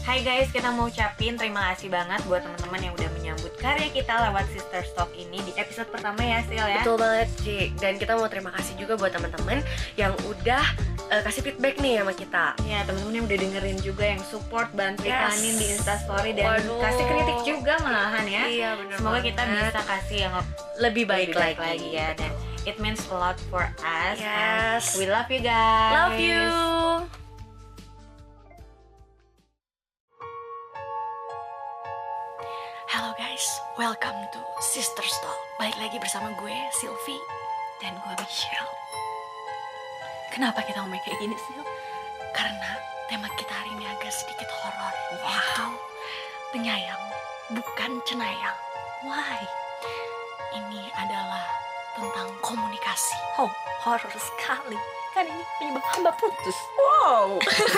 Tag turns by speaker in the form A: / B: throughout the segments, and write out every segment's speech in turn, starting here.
A: Hai guys, kita mau ucapin terima kasih banget buat teman-teman yang udah menyambut karya kita lewat Sister Talk ini di episode pertama ya, Sil ya.
B: Betul banget, Ci. Dan kita mau terima kasih juga buat teman-teman yang udah kasih feedback nih sama kita.
A: Ya, teman-teman yang udah dengerin juga, yang support, bantu iklanin di Instastory dan kasih kritik juga malahan ya.
B: Iya, benar.
A: Semoga kita bisa kasih yang
B: lebih baik
A: lagi ya, dan it means a lot for us.
B: Yes.
A: And we love you guys.
B: Love you. Halo guys, welcome to Sister Talk. Balik lagi bersama gue, Sylvie, dan gue Michelle. Kenapa kita ngomong kayak gini, Sil? Karena tema kita hari ini agak sedikit horor. Yaitu penyayang, bukan cenayang. Why? Ini adalah tentang komunikasi. Oh, horor sekali. Kan ini penyebab hamba putus. Wow.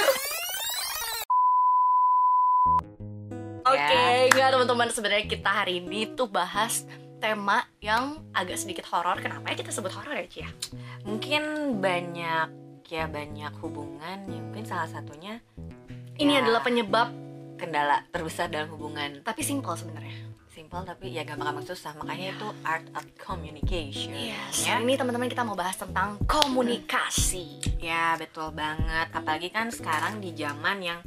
B: Oke, enggak teman-teman, sebenarnya kita hari ini tuh bahas tema yang agak sedikit horor. Kenapa ya kita sebut horor ya, Ci?
A: Mungkin banyak hubungan yang mungkin salah satunya
B: Ini adalah penyebab
A: kendala terbesar dalam hubungan.
B: tapi simple sebenarnya.
A: Simple tapi ya gampang susah, makanya itu art of communication.
B: Yes.
A: Ya.
B: Ini teman-teman kita mau bahas tentang komunikasi.
A: Ya betul banget, apalagi kan sekarang di zaman yang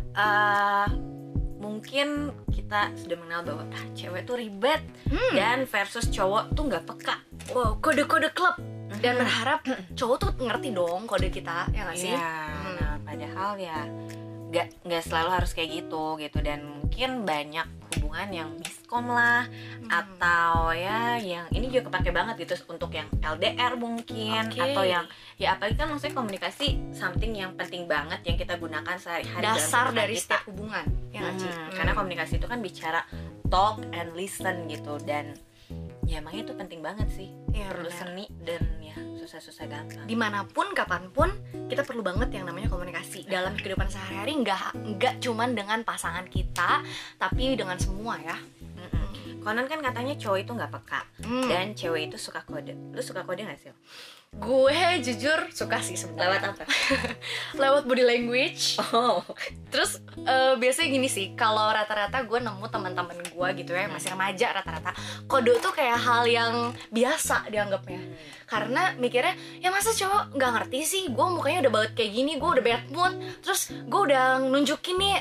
A: mungkin kita sudah mengenal bahwa cewek tuh ribet dan versus cowok tuh nggak peka.
B: Wow, kode-kode klub. Dan berharap cowok tuh ngerti dong kode kita, ya nggak sih?
A: Iya. Nah, padahal ya nggak selalu harus kayak gitu dan mungkin banyak hubungan yang miskom lah, atau ya yang ini juga kepake banget gitu untuk yang LDR mungkin, atau yang ya apalagi kan maksudnya komunikasi something yang penting banget yang kita gunakan sehari-hari
B: Dasar
A: dalam
B: dari
A: kita.
B: setiap hubungan, ya nggak sih?
A: Karena komunikasi itu kan bicara talk and listen gitu, dan ya makanya itu penting banget sih.
B: Iya,
A: Perlu
B: benar.
A: seni dan ya susah-susah gampang.
B: Dimanapun, kapanpun, kita perlu banget yang namanya komunikasi dalam kehidupan sehari-hari. Nggak cuman dengan pasangan kita, tapi dengan semua ya.
A: Konon kan katanya cowok itu nggak peka dan cewek itu suka kode. Lu suka kode nggak sih?
B: Gue jujur suka sih sebenarnya.
A: Lewat apa?
B: Lewat body language.
A: Oh,
B: Terus biasanya gini sih, kalau rata-rata gue nemu teman-teman gue gitu ya, masih remaja rata-rata, kode tuh kayak hal yang biasa dianggapnya. Karena mikirnya, ya masa cowok nggak ngerti sih, gue mukanya udah banget kayak gini, gue udah bad mood, terus gue udah nunjukin nih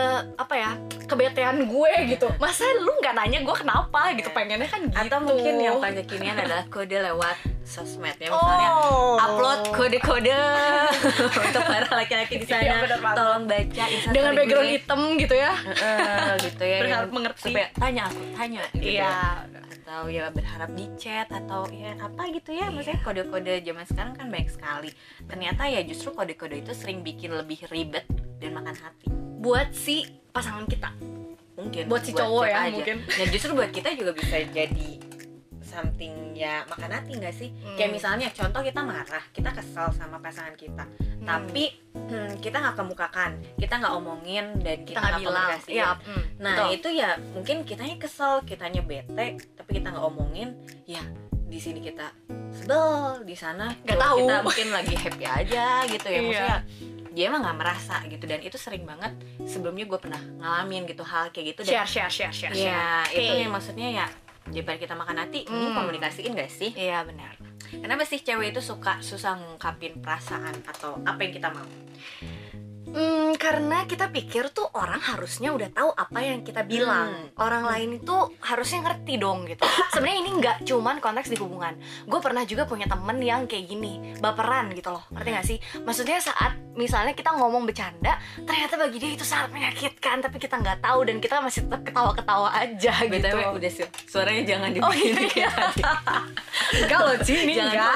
B: kebetean gue gitu. Masa lu nggak nanya gue kenapa gitu, pengennya kan gitu.
A: atau mungkin yang paling kekinian adalah kode lewat sosmed ya, misalnya upload kode-kode untuk para laki-laki di sana.
B: Iya, bener banget.
A: Tolong baca Instastory
B: Dengan background
A: gue.
B: hitam gitu ya.
A: Gitu ya.
B: Berharap
A: yang
B: mengerti.
A: supaya tanya gitu
B: Iya.
A: ya. Atau ya berharap di chat atau ya apa gitu ya. Maksudnya kode-kode zaman sekarang kan banyak sekali. Ternyata ya justru kode-kode itu sering bikin lebih ribet dan makan hati.
B: Buat si pasangan kita.
A: Mungkin
B: Buat si cowok
A: siapa
B: ya,
A: aja.
B: mungkin.
A: Nah justru buat kita juga bisa jadi something ya makan hati nggak sih? Kayak misalnya contoh kita marah, kita kesal sama pasangan kita, tapi kita nggak kemukakan, kita nggak omongin dan kita nggak
B: bilang.
A: komunikasiin.
B: Iya,
A: Nah
B: betul.
A: itu ya mungkin kitanya kesel, kitanya bete, tapi kita nggak omongin. Ya di sini kita sebel, di sana
B: Nggak
A: tuh
B: tahu.
A: kita mungkin lagi happy aja gitu ya.
B: Iya.
A: Maksudnya dia emang nggak merasa gitu, dan itu sering banget sebelumnya gue pernah ngalamin gitu hal kayak gitu. Dan
B: Share.
A: ya itu
B: Oke.
A: yang maksudnya ya daripada kita makan hati, ini komunikasiin gak sih?
B: Iya benar.
A: Kenapa sih cewek itu susah ngungkapin perasaan atau apa yang kita mau?
B: Karena kita pikir tuh orang harusnya udah tahu apa yang kita bilang. Orang lain itu harusnya ngerti dong gitu. Sebenarnya ini nggak cuman konteks di hubungan. Gue pernah juga punya temen yang kayak gini, baperan gitu loh. Ngerti gak sih? Maksudnya saat misalnya kita ngomong bercanda, ternyata bagi dia itu sangat menyakitkan, tapi kita nggak tau dan kita masih tetap ketawa-ketawa aja gitu.
A: BTW udah sih, suaranya jangan
B: Oh
A: dibikin
B: iya. Enggak loh, Ci,
A: jangan
B: enggak.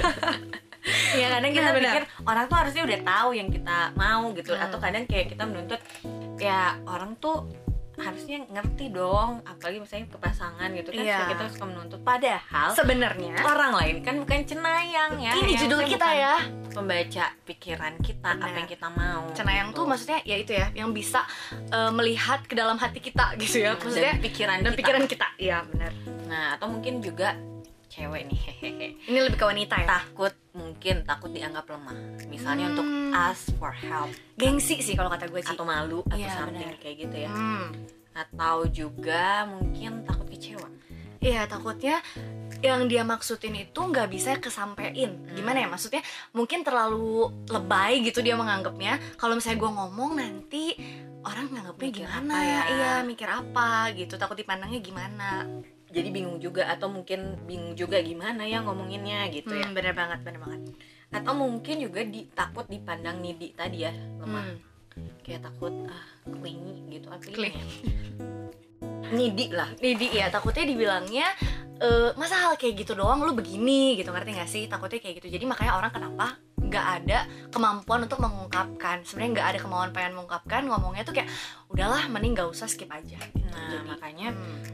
A: Ya kadang kita
B: Benar-benar.
A: pikir orang tuh harusnya udah tahu yang kita mau gitu, atau kadang kayak kita menuntut ya orang tuh harusnya ngerti dong, apalagi misalnya ke pasangan gitu kan.
B: Iya.
A: Kita suka menuntut, padahal
B: Sebenarnya
A: orang lain kan bukan cenayang ya.
B: ini
A: Yang
B: judul
A: maksudnya
B: kita
A: bukan
B: ya.
A: Membaca pikiran kita,
B: Benar.
A: apa yang kita mau.
B: Cenayang
A: gitu.
B: tuh maksudnya ya itu ya, yang bisa melihat ke dalam hati kita gitu ya. Maksudnya
A: dan pikiran
B: dan
A: kita.
B: pikiran kita. Iya benar.
A: Nah atau mungkin juga cewek nih
B: Ini lebih ke wanita ya.
A: takut mungkin mungkin takut dianggap lemah, misalnya untuk ask for help,
B: Gengsi sih kalau kata gue sih.
A: atau malu atau
B: Iya,
A: something
B: benar.
A: kayak gitu ya. Atau juga mungkin takut kecewa.
B: Iya, takutnya yang dia maksudin itu nggak bisa kesampein. Gimana ya, maksudnya mungkin terlalu lebay gitu dia menganggapnya. Kalau misalnya gue ngomong nanti orang nganggapnya
A: Mikir
B: gimana
A: apa ya?
B: Iya, mikir apa gitu, takut dipandangnya gimana.
A: Jadi bingung juga, atau mungkin bingung juga gimana ya ngomonginnya gitu ya.
B: Bener banget, bener banget.
A: Atau mungkin juga takut dipandang needy tadi ya, lemah. Kayak takut clingy gitu, apa
B: Clingy.
A: ya? Needy lah.
B: Jadi ya takutnya dibilangnya masa hal kayak gitu doang lu begini gitu, ngerti gak sih? Takutnya kayak gitu. Jadi makanya orang kenapa nggak ada kemampuan untuk mengungkapkan, sebenarnya nggak ada kemauan pengen mengungkapkan, ngomongnya tuh kayak udahlah mending nggak usah, skip aja gitu.
A: Nah,
B: Jadi,
A: makanya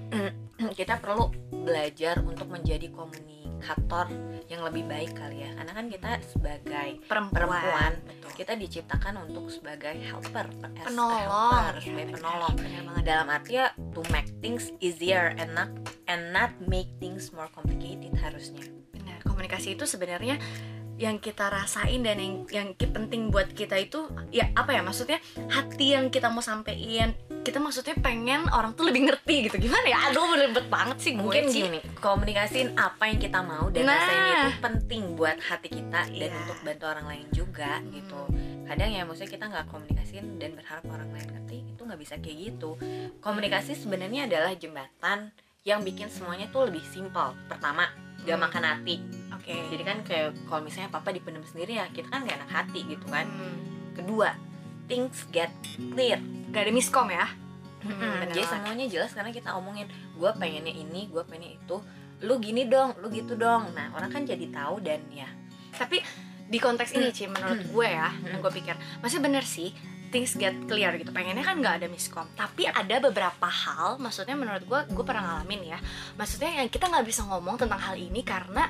A: kita perlu belajar untuk menjadi komunikator yang lebih baik kali ya, karena kan kita sebagai perempuan
B: betul.
A: kita diciptakan untuk sebagai helper,
B: Penolong,
A: sebagai
B: ya,
A: penolong.
B: bener banget.
A: Dalam arti ya to make things easier and not make things more complicated harusnya.
B: Benar, komunikasi itu sebenarnya yang kita rasain dan yang penting buat kita itu ya apa ya, maksudnya hati yang kita mau sampein, kita maksudnya pengen orang tuh lebih ngerti gitu. Gimana ya, aduh bener banget sih gue
A: Mungkin
B: sih.
A: gini, komunikasiin apa yang kita mau dan
B: Nah.
A: rasanya itu penting buat hati kita dan
B: Iya.
A: untuk bantu orang lain juga gitu. Kadang ya maksudnya kita nggak komunikasiin dan berharap orang lain ngerti, itu nggak bisa kayak gitu. Komunikasi sebenarnya adalah jembatan yang bikin semuanya tuh lebih simpel. Pertama, gak makan hati.
B: Oke.
A: Jadi kan kayak kalau misalnya papa dipendam sendiri ya kita kan gak enak hati gitu kan.
B: Hmm.
A: Kedua, things get clear.
B: Gak ada miskom ya. Bener
A: Jadi
B: banget.
A: semuanya jelas karena kita omongin, gue pengennya ini, gue pengennya itu, lu gini dong, lu gitu dong. Nah orang kan jadi tahu dan ya
B: Tapi di konteks ini Ci, menurut gue ya, yang gue pikir masih bener sih, things get clear gitu. Pengennya kan nggak ada miskom, tapi ada beberapa hal, maksudnya menurut gue pernah ngalamin ya. Maksudnya yang kita nggak bisa ngomong tentang hal ini karena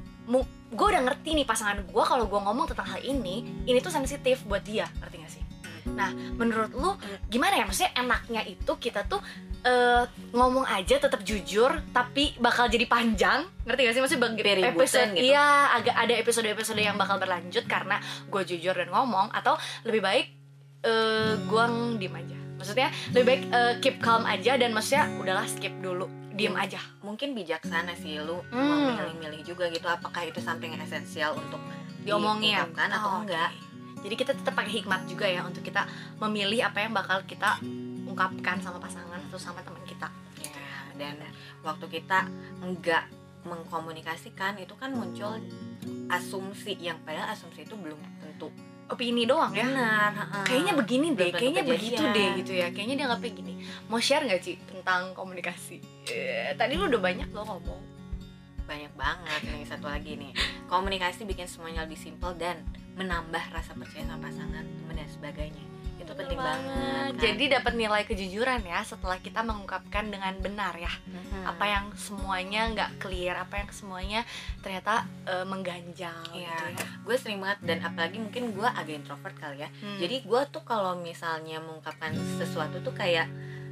B: gue udah ngerti nih pasangan gue kalau gue ngomong tentang hal ini tuh sensitif buat dia, ngerti gak sih? Nah, menurut lu gimana ya? Maksudnya enaknya itu kita tuh ngomong aja tetap jujur, tapi bakal jadi panjang, ngerti gak sih? Maksudnya
A: Ribut-ribut
B: episode
A: gitu.
B: iya, agak ada episode-episode yang bakal berlanjut karena gue jujur dan ngomong, atau lebih baik gue diem aja. Maksudnya lebih baik keep calm aja dan maksudnya udahlah skip dulu, diem aja.
A: mungkin bijaksana sih lu mau milih-milih juga gitu, apakah itu something yang esensial untuk
B: Diomongin
A: diungkapkan atau
B: oke.
A: enggak.
B: Jadi kita tetap pakai hikmat juga ya untuk kita memilih apa yang bakal kita ungkapkan sama pasangan atau sama teman kita.
A: Ya, dan waktu kita enggak mengkomunikasikan itu kan muncul asumsi yang padahal asumsi itu belum tentu
B: Opini doang ya.
A: benar.
B: Kayaknya begini
A: Belum
B: deh,
A: tentu
B: kayaknya
A: kejadian.
B: begitu deh gitu ya. Kayaknya dia ngapain gini. Mau share nggak Ci tentang komunikasi? Tadi lu udah banyak lo ngomong.
A: Banyak banget nih. Satu lagi nih, komunikasi bikin semuanya lebih simpel dan menambah rasa percaya sama pasangan, teman dan sebagainya. Itu penting banget kan?
B: Jadi dapat nilai kejujuran ya setelah kita mengungkapkan dengan benar ya. Apa yang semuanya nggak clear, apa yang semuanya ternyata mengganjal
A: Iya,
B: gitu ya.
A: gue sering banget, dan apalagi mungkin gue agak introvert kali ya. Jadi gue tuh kalau misalnya mengungkapkan sesuatu tuh kayak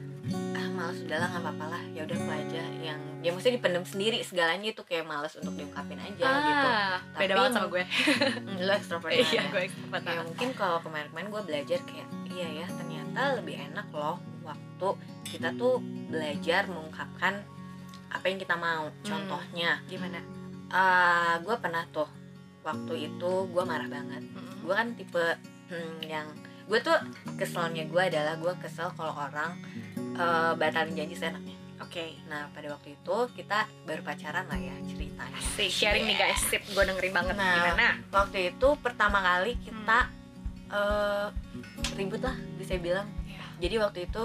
A: malas, udahlah nggak apa-apa lah, ya udah gue aja yang ya maksudnya dipendam sendiri segalanya itu kayak malas untuk diungkapin aja gitu.
B: Beda banget sama gue.
A: Lu extrovert
B: Iya,
A: banget ya?
B: gue extrovert
A: Ya
B: banget.
A: mungkin kalau kemarin-kemarin gue belajar kayak iya ya ternyata lebih enak loh waktu kita tuh belajar mengungkapkan apa yang kita mau. Contohnya
B: Gimana?
A: gue pernah tuh waktu itu gue marah banget. Gue kan tipe yang gue tuh keselnya gue adalah gue kesel kalau orang batalin janji seenaknya.
B: Oke.
A: Nah pada waktu itu kita baru pacaran lah ya ceritanya.
B: Sharing nih guys, sip, gue dengerin banget.
A: Nah,
B: Gimana?
A: waktu itu pertama kali kita ribut lah bisa bilang. Jadi waktu itu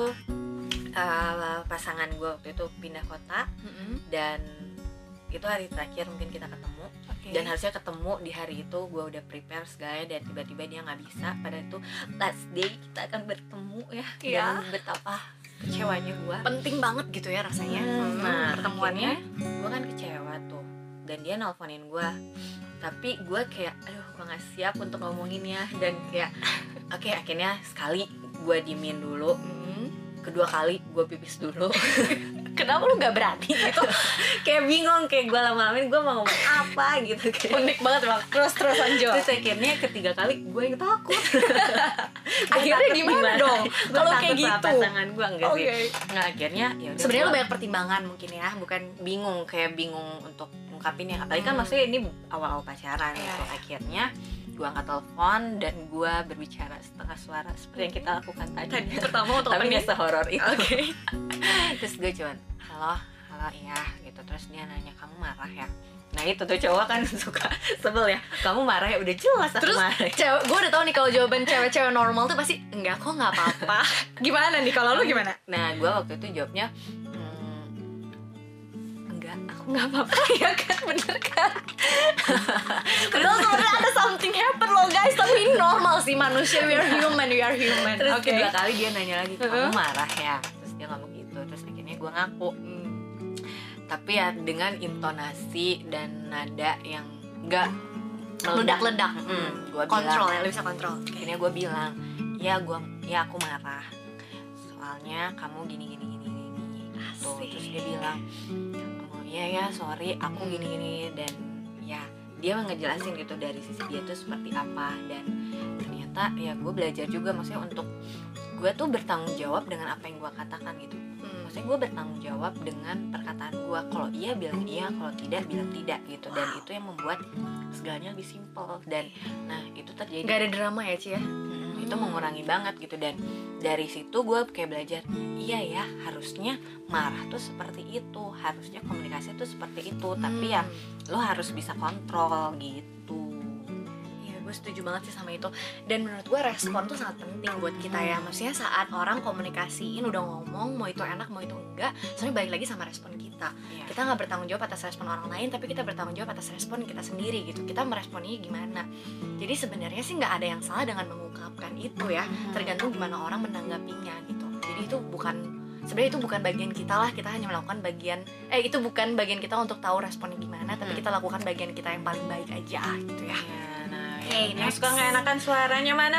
A: pasangan gue waktu itu pindah kota dan itu hari terakhir mungkin kita ketemu. Dan harusnya ketemu di hari itu, gue udah prepare segalanya dan tiba-tiba dia nggak bisa. Padahal itu last day kita akan bertemu ya.
B: Iya.
A: Dan betapa kecewanya gue.
B: penting banget gitu ya rasanya.
A: Nah,
B: pertemuannya.
A: gue kan kecewa tuh dan dia nelponin gue, tapi gue kayak aduh gue nggak siap untuk ngomonginnya dan kayak oke, akhirnya sekali gue diemin dulu, kedua kali gue pipis dulu.
B: kenapa lu nggak berani gitu?
A: Kayak bingung, kayak gue lama-lamain gue mau ngomong apa gitu kayak.
B: Unik banget bang. Terus lanjut.
A: Terus akhirnya ketiga kali gue yang takut.
B: Akhirnya gimana dong? Kalau kayak gitu
A: pasangan gue enggak sih.
B: Okay.
A: Nah akhirnya ya udah.
B: Sebenarnya lu banyak pertimbangan mungkin ya, bukan
A: bingung untuk ungkapin ya. Apalagi kan maksudnya ini awal-awal pacaran gitu. Akhirnya gue angkat telepon dan gue berbicara setengah suara seperti yang kita lakukan tadi.
B: Pertama untuk
A: tapi nggak sehoror itu.
B: Oke.
A: Terus gue cuman halo iya gitu. Terus dia nanya kamu marah ya. Nah itu tuh cowok kan suka sebel ya, kamu marah ya, udah jelas aku
B: Terus
A: marah.
B: cewek, gue udah tau nih kalau jawaban cewek-cewek normal tuh pasti enggak kok, nggak apa-apa. Gimana nih kalau lu gimana?
A: Nah gue waktu itu jawabnya enggak, aku nggak apa-apa.
B: Ya kan, bener kan? Padahal sebenarnya ada something happen loh guys, tapi ini normal sih, manusia, we are human.
A: Terus
B: Okay.
A: kedua kali dia nanya lagi, kamu marah ya? Terus dia ngomong gitu. Terus akhirnya gue ngaku. Tapi ya dengan intonasi dan nada yang enggak
B: Meledak-ledak.
A: Gue
B: Kontrol
A: bilang,
B: ya, lu bisa kontrol.
A: akhirnya gue bilang, ya aku marah. Soalnya kamu gini gitu. Terus dia bilang, oh iya ya sorry aku gini dan ya dia ngejelasin gitu dari sisi dia tuh seperti apa. Dan ternyata ya gue belajar juga, maksudnya untuk gue tuh bertanggung jawab dengan apa yang gue katakan gitu. Maksudnya gue bertanggung jawab dengan perkataan gue. Kalau iya bilang iya, kalau tidak bilang tidak gitu. Dan itu yang membuat segalanya lebih simpel. Dan nah itu terjadi,
B: Gak ada drama ya Ci ya?
A: itu mengurangi banget gitu. Dan dari situ gue kayak belajar, iya ya harusnya marah tuh seperti itu, harusnya komunikasi tuh seperti itu. Tapi ya lo harus bisa kontrol gitu.
B: Gue setuju banget sih sama itu. Dan menurut gue respon tuh sangat penting buat kita ya. Maksudnya saat orang komunikasiin udah ngomong, mau itu enak mau itu enggak, soalnya balik lagi sama respon kita. Kita gak bertanggung jawab atas respon orang lain, tapi kita bertanggung jawab atas respon kita sendiri gitu. Kita meresponnya gimana. Jadi sebenarnya sih gak ada yang salah dengan mengungkapkan itu ya, tergantung gimana orang menanggapinya gitu. Jadi itu sebenarnya itu bukan bagian kita lah, kita hanya melakukan itu bukan bagian kita untuk tahu responnya gimana, tapi kita lakukan bagian kita yang paling baik aja gitu ya.
A: Yang suka nggak enakan suaranya mana?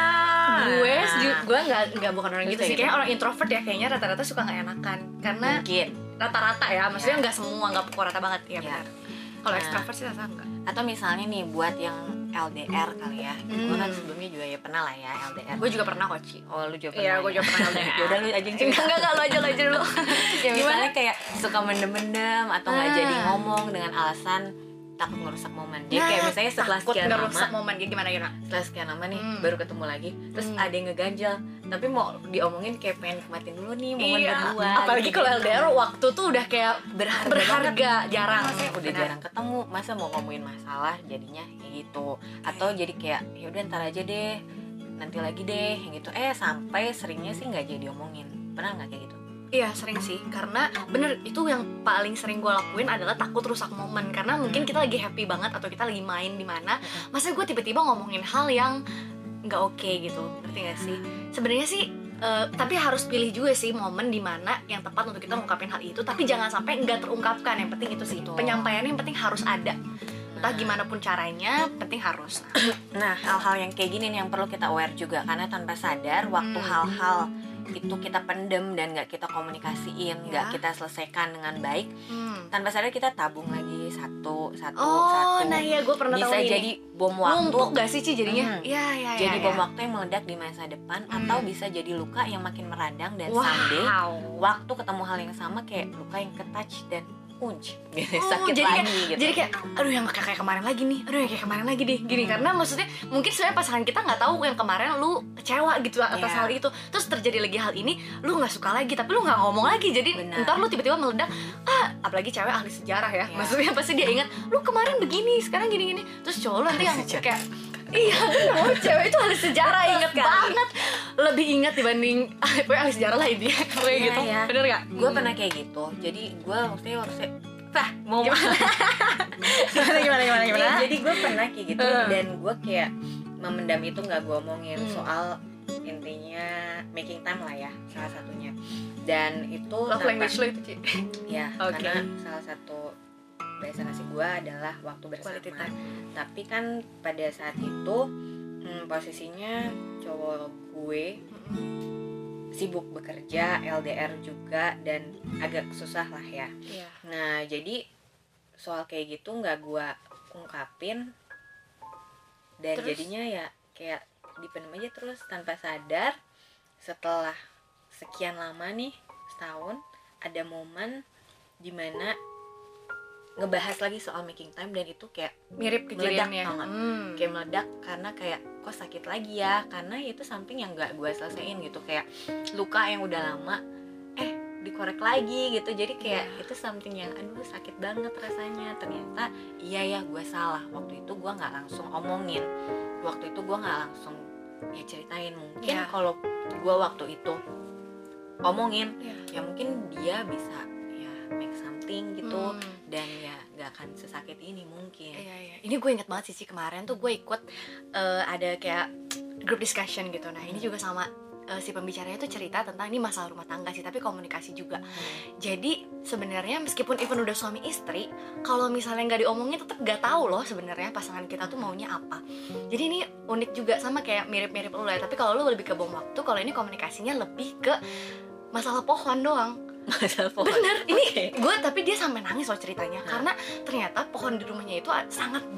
B: Gue nggak bukan orang gitu sih, kayak orang introvert ya, kayaknya rata-rata suka nggak enakan karena
A: mungkin
B: rata-rata ya, maksudnya nggak semua, nggak pukul rata banget ya, benar. Kalau
A: Nah,
B: extrovert sih rata enggak.
A: Atau misalnya nih buat yang LDR kali ya, gue kan sebelumnya juga ya pernah lah ya LDR.
B: Gue juga pernah kok Ci.
A: Oh lu juga pernah?
B: Iya, gue juga pernah LDR.
A: Yaudah lu aja cerita.
B: Enggak, lu aja dulu.
A: Ya misalnya kayak suka mendem-mendem atau nggak jadi ngomong dengan alasan takut ngerusak momen. Jadi kayak misalnya setelah sekian lama,
B: ngerusak momen, gimana
A: setelah sekian lama nih baru ketemu lagi, terus ada yang ngeganjel, tapi mau diomongin kayak pengen nikmatin dulu nih momen berdua.
B: Apalagi
A: gitu.
B: kalau LDR waktu tuh udah kayak berharga jarang.
A: Maksudnya udah jarang ketemu, masa mau ngomongin masalah jadinya kayak gitu. Atau jadi kayak ya udah ntar aja deh, nanti lagi deh yang gitu. Sampai seringnya sih nggak jadi omongin. Pernah nggak kayak gitu?
B: Iya sering sih, karena bener itu yang paling sering gue lakuin adalah takut rusak momen. Karena mungkin kita lagi happy banget atau kita lagi main di mana, masa gue tiba-tiba ngomongin hal yang nggak oke gitu, ngerti gak sih? Sebenarnya sih tapi harus pilih juga sih momen dimana yang tepat untuk kita ngungkapin hal itu, tapi jangan sampai nggak terungkapkan. Yang penting itu sih, penyampaiannya yang penting harus ada, entah gimana pun caranya, penting harus.
A: Nah hal-hal yang kayak gini nih yang perlu kita aware juga, karena tanpa sadar waktu hal-hal itu kita pendem dan nggak kita komunikasiin, nggak kita selesaikan dengan baik, tanpa sadar kita tabung lagi satu.
B: Nah iya, gue pernah
A: bisa
B: tahu
A: jadi
B: ini.
A: bom waktu.
B: Numpuk gak sih Ci jadinya? Iya.
A: Jadi bom waktu yang meledak di masa depan, atau bisa jadi luka yang makin meradang dan someday waktu ketemu hal yang sama kayak luka yang ke-touch dan gitu, sakit
B: jadi
A: lagi
B: kayak,
A: gitu.
B: Jadi kayak aduh yang kayak kemarin lagi nih, gini. Karena maksudnya mungkin sebenarnya pasangan kita nggak tahu yang kemarin lu kecewa gitu atas hal itu, terus terjadi lagi hal ini, lu nggak suka lagi tapi lu nggak ngomong lagi, jadi ntar lu tiba-tiba meledak. Apalagi cewek ahli sejarah ya, maksudnya pasti dia ingat lu kemarin begini, sekarang gini, terus cowok lu nanti yang kayak iya, cewek itu ahli sejarah, inget banget, lebih ingat dibanding ahli sejarah lah ini, kayak gitu. Bener gak?
A: Gue pernah kayak gitu, jadi gue maksudnya harusnya mau
B: gimana?
A: Ya, jadi gue pernah kayak gitu dan gue kayak memendam itu, nggak gue omongin soal intinya making time lah ya, salah satunya. Dan itu
B: love language lo itu Ci?
A: Ya, karena salah satu bahasa kasih gue adalah waktu bersama. Tapi kan pada saat itu posisinya cowok gue sibuk bekerja, LDR juga, dan agak susah lah ya.
B: Iya.
A: Nah jadi soal kayak gitu nggak gue ungkapin, dan
B: Terus?
A: jadinya ya kayak dipendam aja terus tanpa sadar. Setelah sekian lama nih, setahun, ada momen dimana ngebahas lagi soal making time, dan itu kayak
B: Mirip
A: meledak,
B: kejadiannya.
A: tau nggak? Kayak meledak karena kayak kok sakit lagi ya, karena itu samping yang nggak gue selesaiin gitu, kayak luka yang udah lama dikorek lagi gitu. Jadi kayak itu something yang aduh sakit banget rasanya. Ternyata iya ya, gue salah. Waktu itu gue nggak langsung omongin, waktu itu gue nggak langsung ya ceritain. Mungkin kalau gue waktu itu omongin, ya mungkin dia bisa ya make something gitu, dan ya gak akan sesakit ini mungkin.
B: Iya. Ini gue inget banget sih kemarin tuh gue ikut ada kayak group discussion gitu. Nah ini juga sama si pembicaranya tuh cerita tentang ini masalah rumah tangga sih, tapi komunikasi juga. Jadi sebenarnya meskipun even udah suami istri, kalau misalnya nggak diomongin tetap nggak tahu loh sebenarnya pasangan kita tuh maunya apa. Jadi ini unik juga, sama kayak mirip-mirip lu ya. Tapi kalau lu lebih ke bom waktu, kalau ini komunikasinya lebih ke masalah pohon doang.
A: Masalah pohon.
B: Bener, ini gue tapi dia sampai nangis loh ceritanya, karena ternyata pohon di rumahnya itu sangat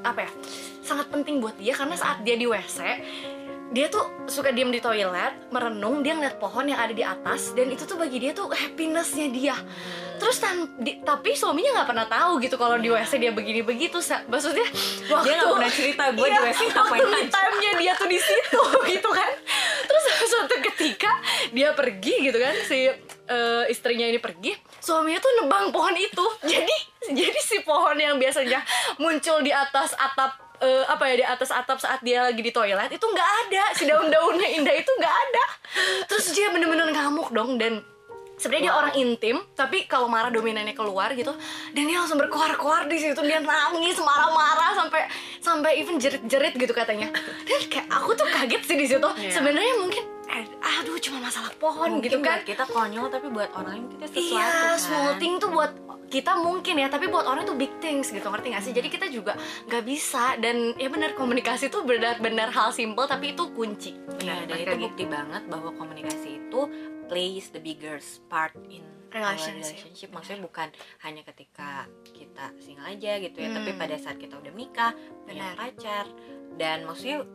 B: sangat penting buat dia, karena saat dia di WC dia tuh suka diem di toilet, merenung, dia ngeliat pohon yang ada di atas, dan itu tuh bagi dia tuh happinessnya dia. Terus tapi suaminya nggak pernah tahu gitu kalau di WC dia begini begitu. Maksudnya waktu
A: dia nggak pernah cerita gue di WC ngapain aja.
B: Time-nya dia tuh di situ gitu kan. Terus suatu ketika dia pergi gitu kan, si istrinya ini pergi, suaminya tuh nebang pohon itu. Jadi si pohon yang biasanya muncul di atas atap di atas atap saat dia lagi di toilet itu nggak ada, si daun-daunnya indah itu nggak ada. Terus dia bener-bener ngamuk dong, dan sebenarnya dia orang intim, tapi kalau marah dominannya keluar gitu, dan dia langsung berkoar-koar di situ, dia nangis marah-marah sampai even jerit-jerit gitu katanya. Dan kayak aku tuh kaget sih di situ. Sebenarnya mungkin aduh cuma masalah pohon
A: mungkin
B: gitu kan.
A: Buat kita konyol, tapi buat orang lain kita sesuatu.
B: Iya,
A: kan?
B: small thing tuh buat kita mungkin ya, tapi buat orang itu big things gitu, ngerti gak sih? Jadi kita juga nggak bisa, dan ya benar, komunikasi itu benar-benar hal simple tapi itu kunci.
A: Iya, dan itu bukti banget bahwa komunikasi itu plays the biggest part in relationship. Maksudnya bukan hanya ketika kita single aja gitu ya, tapi pada saat kita udah menikah, punya pacar, dan maksudnya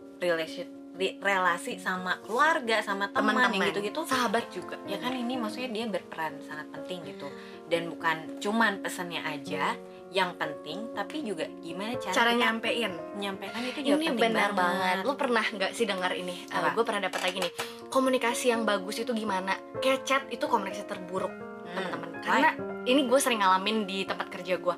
A: relasi sama keluarga, sama teman yang gitu-gitu,
B: sahabat juga
A: ya kan. Ini maksudnya dia berperan sangat penting gitu, dan bukan cuman pesannya aja yang penting, tapi juga gimana cara menyampaikan itu juga
B: ini
A: penting
B: benar banget. Lu pernah nggak sih dengar ini? Gue pernah dapat lagi nih, komunikasi yang bagus itu gimana? Kayak chat itu komunikasi terburuk, teman-teman. Karena ini gue sering ngalamin di tempat kerja gue.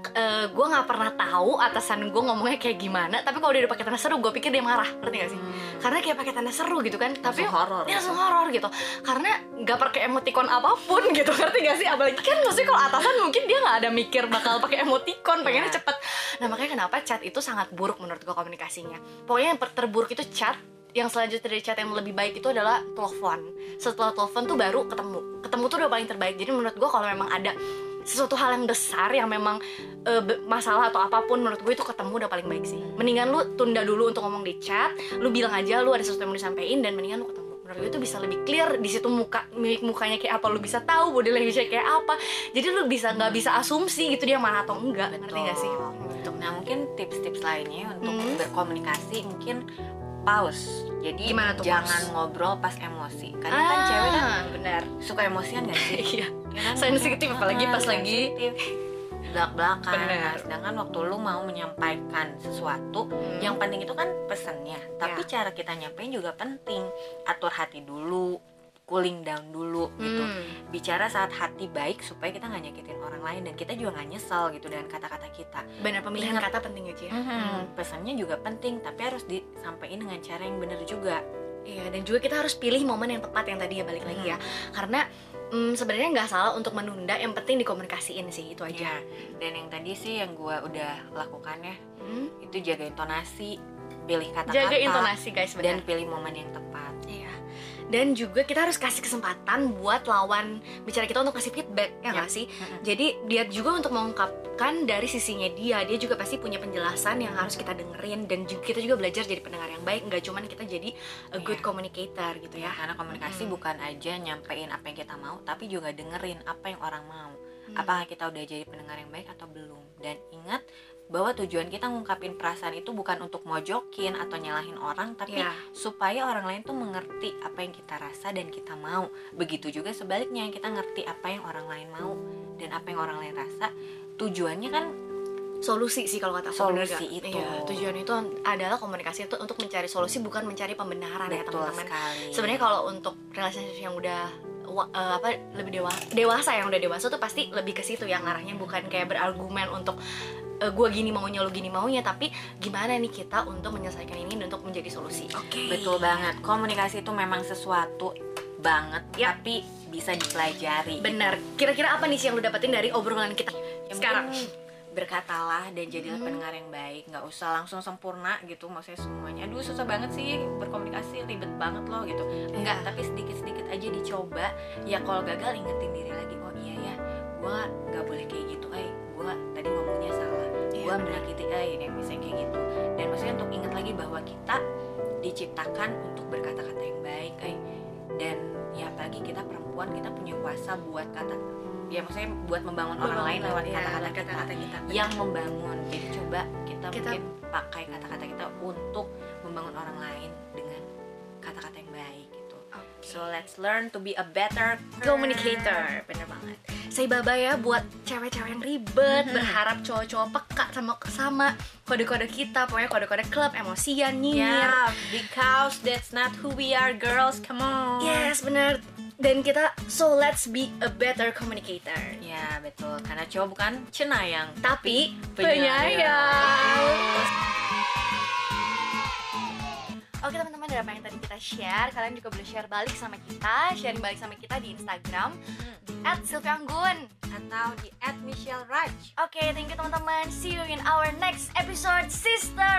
B: Gue nggak pernah tahu atasan gue ngomongnya kayak gimana, tapi kalau dia pakai tanda seru, gue pikir dia marah, ngerti gak sih? Karena kayak pakai tanda seru gitu kan, tapi dia langsung horor gitu. Karena nggak pakai emoticon apapun gitu, ngerti gak sih? Apalagi kan maksudnya kalau atasan mungkin dia nggak ada mikir bakal pakai emoticon, pengennya cepet. Nah makanya kenapa chat itu sangat buruk menurut gue komunikasinya. Pokoknya yang terburuk itu chat. Yang selanjutnya dari chat yang lebih baik itu adalah telepon. Setelah telepon tuh baru ketemu tuh udah paling terbaik. Jadi menurut gue kalau memang ada sesuatu hal yang besar yang memang masalah atau apapun, menurut gue itu ketemu udah paling baik sih. Mendingan lu tunda dulu untuk ngomong di chat, lu bilang aja lu ada sesuatu yang mau disampaikan, dan mendingan lu ketemu. Menurut gue itu bisa lebih clear di situ, mukanya kayak apa, lu bisa tahu body language-nya kayak apa. Jadi lu nggak bisa asumsi gitu dia marah atau enggak. Ngerti gak sih?
A: Nah mungkin tips-tips lainnya untuk berkomunikasi, mungkin pause. Jadi jangan ngobrol pas emosi. Karena kan cewek kan
B: benar
A: suka emosian gak sih?
B: Iya. Sensitif apalagi pas lagi
A: belak-belakan. Nah, sedangkan waktu lu mau menyampaikan sesuatu, yang penting itu kan pesannya, tapi cara kita nyampein juga penting. Atur hati dulu, cooling down dulu gitu. Bicara saat hati baik supaya kita nggak nyakitin orang lain, dan kita juga nggak nyesel gitu dengan kata-kata kita.
B: Benar, pemilihan kata penting aja ya.
A: Pesannya juga penting, tapi harus disampaikan dengan cara yang benar juga.
B: Iya, dan juga kita harus pilih momen yang tepat, yang tadi ya balik lagi ya. Karena sebenarnya nggak salah untuk menunda, yang penting dikomunikasiin sih, itu aja.
A: Dan yang tadi sih yang gue udah lakukan ya, itu jaga intonasi, pilih kata-kata,
B: jaga intonasi guys,
A: dan pilih momen yang tepat.
B: Iya. Dan juga kita harus kasih kesempatan buat lawan bicara kita untuk kasih feedback, ya nggak sih? Jadi dia juga untuk mengungkapkan dari sisinya dia juga pasti punya penjelasan yang harus kita dengerin. Dan juga kita juga belajar jadi pendengar yang baik, nggak cuman kita jadi a good communicator gitu ya.
A: Karena komunikasi bukan aja nyampein apa yang kita mau, tapi juga dengerin apa yang orang mau. Apakah kita udah jadi pendengar yang baik atau belum. Dan ingat bahwa tujuan kita ngungkapin perasaan itu bukan untuk mojokin atau nyalahin orang, tapi supaya orang lain tuh mengerti apa yang kita rasa dan kita mau. Begitu juga sebaliknya, kita ngerti apa yang orang lain mau dan apa yang orang lain rasa. Tujuannya kan
B: solusi sih kalau kata aku.
A: Solusi itu.
B: Iya, tujuan itu adalah komunikasi itu untuk mencari solusi, bukan mencari pembenaran.
A: Betul
B: ya teman-teman.
A: Sebenarnya
B: kalau untuk relationship yang udah lebih dewasa yang udah dewasa tuh pasti lebih ke situ yang arahnya, bukan kayak berargumen untuk gue gini maunya, lu gini maunya, tapi gimana nih kita untuk menyelesaikan ini dan untuk menjadi solusi.
A: Betul banget. Komunikasi itu memang sesuatu banget, tapi bisa dipelajari.
B: Bener. Kira-kira apa nih sih yang lu dapetin dari obrolan kita sekarang?
A: Berkatalah dan jadilah pendengar yang baik. Nggak usah langsung sempurna gitu, maksudnya semuanya aduh susah banget sih berkomunikasi, ribet banget loh gitu. Enggak, tapi sedikit-sedikit aja dicoba. Ya kalau gagal ingetin diri lagi, oh iya ya, gue nggak boleh kayak gitu, gue tadi ngomongnya salah, gue menyakiti ini misalnya kayak gitu. Dan maksudnya untuk ingat lagi bahwa kita diciptakan untuk berkata-kata yang baik, dan ya apalagi kita perempuan, kita punya kuasa buat maksudnya buat membangun orang lain lewat kata-kata kita yang membangun. Jadi coba kita mungkin pakai kata-kata kita untuk membangun orang lain dengan kata-kata yang baik gitu. So let's learn to be a better communicator.
B: Bener banget. Say bye-bye ya buat cewek-cewek yang ribet, berharap cowok-cowok peka sama kode-kode kita, pokoknya kode-kode klub, emosian, nyinyir.
A: Because that's not who we are, girls. Come on.
B: Yes, bener. Dan kita, so let's be a better communicator.
A: Ya betul, karena cowok bukan cenayang,
B: tapi penyayang. Oke teman-teman, dari apa yang tadi kita share, kalian juga boleh share balik sama kita, sharing balik sama kita di Instagram di @sylvianggun
A: atau di @michelleraj.
B: Oke, thank you teman-teman. See you in our next episode, sister.